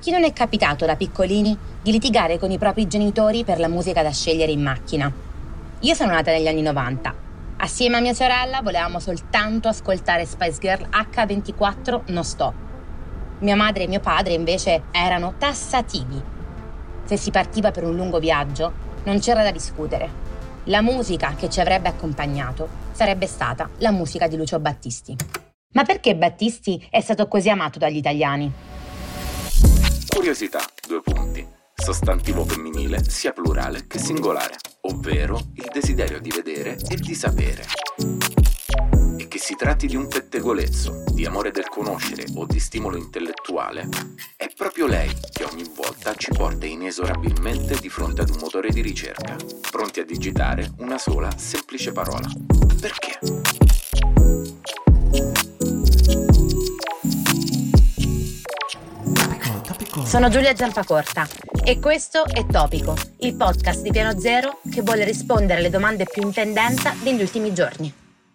chi non è capitato da piccolini di litigare con i propri genitori per la musica da scegliere in macchina? Io sono nata negli anni 90. Assieme a mia sorella volevamo soltanto ascoltare Spice Girl H24 non stop. Mia madre e mio padre invece erano tassativi. Se si partiva per un lungo viaggio non c'era da discutere. La musica che ci avrebbe accompagnato sarebbe stata la musica di Lucio Battisti. Ma perché Battisti è stato così amato dagli italiani? Curiosità, 2 punti. Sostantivo femminile sia plurale che singolare, ovvero il desiderio di vedere e di sapere. E che si tratti di un pettegolezzo, di amore del conoscere o di stimolo intellettuale, è proprio lei che ogni volta ci porta inesorabilmente di fronte ad un motore di ricerca, pronti a digitare una sola semplice parola. Perché? Sono Giulia Zampacorta e questo è Topico, il podcast di Piano Zero che vuole rispondere alle domande più in tendenza degli ultimi giorni.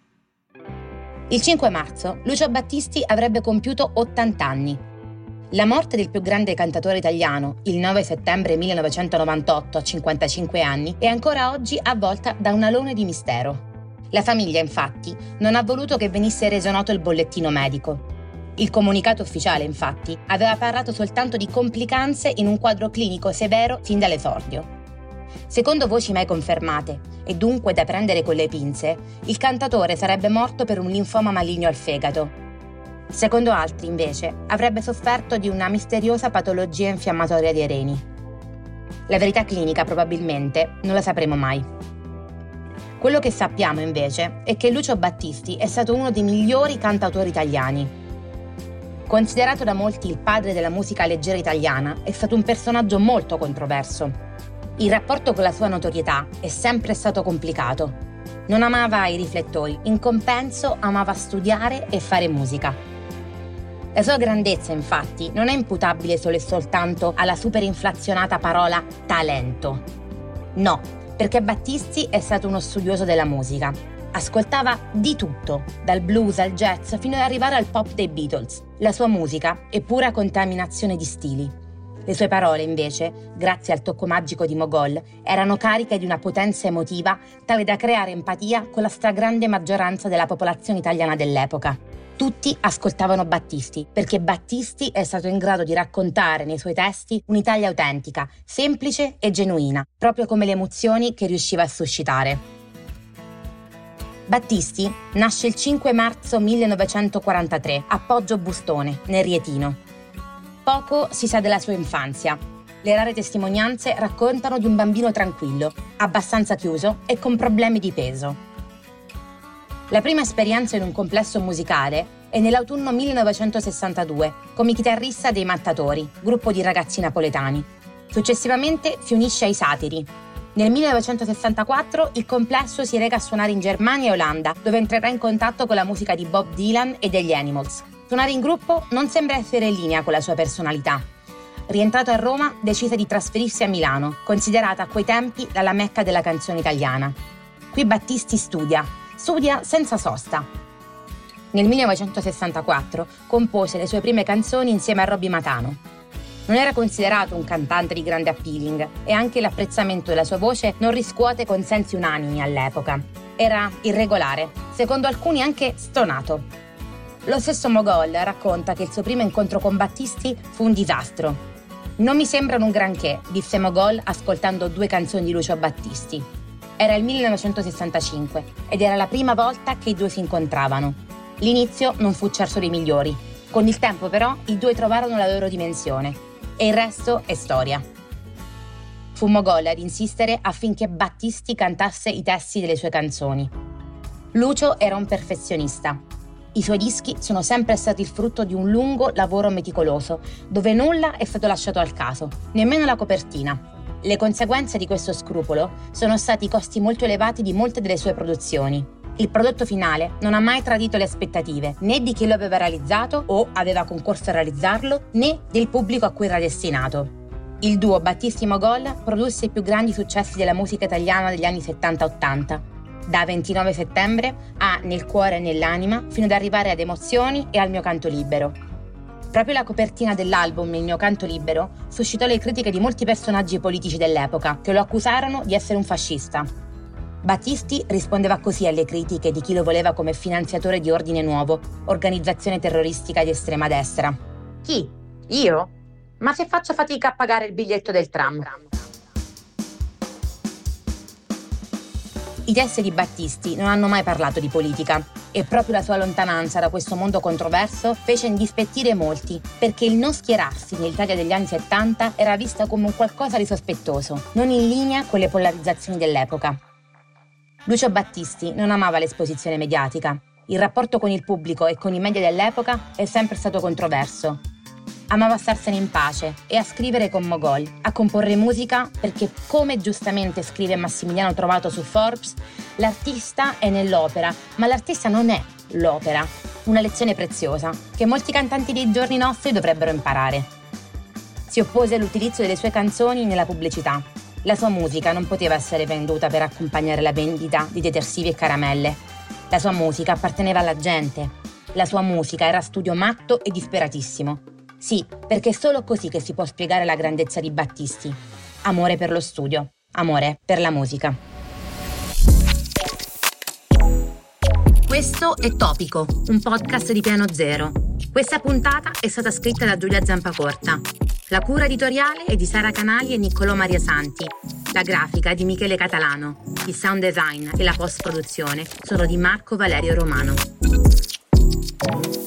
Il 5 marzo Lucio Battisti avrebbe compiuto 80 anni. La morte del più grande cantatore italiano, il 9 settembre 1998 a 55 anni, è ancora oggi avvolta da un alone di mistero. La famiglia, infatti, non ha voluto che venisse reso noto il bollettino medico. Il comunicato ufficiale, infatti, aveva parlato soltanto di complicanze in un quadro clinico severo fin dall'esordio. Secondo voci mai confermate, e dunque da prendere con le pinze, il cantatore sarebbe morto per un linfoma maligno al fegato. Secondo altri, invece, avrebbe sofferto di una misteriosa patologia infiammatoria dei reni. La verità clinica, probabilmente, non la sapremo mai. Quello che sappiamo, invece, è che Lucio Battisti è stato uno dei migliori cantautori italiani. Considerato da molti il padre della musica leggera italiana, è stato un personaggio molto controverso. Il rapporto con la sua notorietà è sempre stato complicato. Non amava i riflettori, in compenso amava studiare e fare musica. La sua grandezza, infatti, non è imputabile solo e soltanto alla superinflazionata parola talento. No, perché Battisti è stato uno studioso della musica. Ascoltava di tutto, dal blues al jazz fino ad arrivare al pop dei Beatles. La sua musica è pura contaminazione di stili. Le sue parole, invece, grazie al tocco magico di Mogol, erano cariche di una potenza emotiva tale da creare empatia con la stragrande maggioranza della popolazione italiana dell'epoca. Tutti ascoltavano Battisti, perché Battisti è stato in grado di raccontare nei suoi testi un'Italia autentica, semplice e genuina, proprio come le emozioni che riusciva a suscitare. Battisti nasce il 5 marzo 1943 a Poggio Bustone, nel Rietino. Poco si sa della sua infanzia. Le rare testimonianze raccontano di un bambino tranquillo, abbastanza chiuso e con problemi di peso. La prima esperienza in un complesso musicale è nell'autunno 1962 come chitarrista dei Mattatori, gruppo di ragazzi napoletani. Successivamente si unisce ai Satiri. Nel 1964 il complesso si reca a suonare in Germania e Olanda, dove entrerà in contatto con la musica di Bob Dylan e degli Animals. Suonare in gruppo non sembra essere in linea con la sua personalità. Rientrato a Roma, decise di trasferirsi a Milano, considerata a quei tempi la mecca della canzone italiana. Qui Battisti studia senza sosta. Nel 1964 compose le sue prime canzoni insieme a Robby Matano. Non era considerato un cantante di grande appealing e anche l'apprezzamento della sua voce non riscuote consensi unanimi all'epoca. Era irregolare, secondo alcuni anche stonato. Lo stesso Mogol racconta che il suo primo incontro con Battisti fu un disastro. «Non mi sembrano un granché», disse Mogol ascoltando 2 canzoni di Lucio Battisti. Era il 1965 ed era la prima volta che i due si incontravano. L'inizio non fu certo dei migliori. Con il tempo però i due trovarono la loro dimensione. E il resto è storia. Fu Mogol ad insistere affinché Battisti cantasse i testi delle sue canzoni. Lucio era un perfezionista. I suoi dischi sono sempre stati il frutto di un lungo lavoro meticoloso, dove nulla è stato lasciato al caso, nemmeno la copertina. Le conseguenze di questo scrupolo sono stati i costi molto elevati di molte delle sue produzioni. Il prodotto finale non ha mai tradito le aspettative né di chi lo aveva realizzato o aveva concorso a realizzarlo, né del pubblico a cui era destinato. Il duo Battisti-Mogol produsse i più grandi successi della musica italiana degli anni 70-80, da 29 settembre a Nel cuore e nell'anima, fino ad arrivare ad Emozioni e Al mio canto libero. Proprio la copertina dell'album Il mio canto libero suscitò le critiche di molti personaggi politici dell'epoca che lo accusarono di essere un fascista. Battisti rispondeva così alle critiche di chi lo voleva come finanziatore di Ordine Nuovo, organizzazione terroristica di estrema destra. Chi? Io? Ma se faccio fatica a pagare il biglietto del tram. I testi di Battisti non hanno mai parlato di politica e proprio la sua lontananza da questo mondo controverso fece indispettire molti, perché il non schierarsi nell'Italia degli anni 70 era vista come un qualcosa di sospettoso, non in linea con le polarizzazioni dell'epoca. Lucio Battisti non amava l'esposizione mediatica. Il rapporto con il pubblico e con i media dell'epoca è sempre stato controverso. Amava starsene in pace e a scrivere con Mogol, a comporre musica perché, come giustamente scrive Massimiliano Trovato su Forbes, l'artista è nell'opera, ma l'artista non è l'opera. Una lezione preziosa che molti cantanti dei giorni nostri dovrebbero imparare. Si oppose all'utilizzo delle sue canzoni nella pubblicità. La sua musica non poteva essere venduta per accompagnare la vendita di detersivi e caramelle. La sua musica apparteneva alla gente. La sua musica era studio matto e disperatissimo. Sì, perché è solo così che si può spiegare la grandezza di Battisti. Amore per lo studio, amore per la musica. Questo è Topico, un podcast di Piano Zero. Questa puntata è stata scritta da Giulia Zampacorta. La cura editoriale è di Sara Canali e Niccolò Maria Santi. La grafica è di Michele Catalano. Il sound design e la post-produzione sono di Marco Valerio Romano.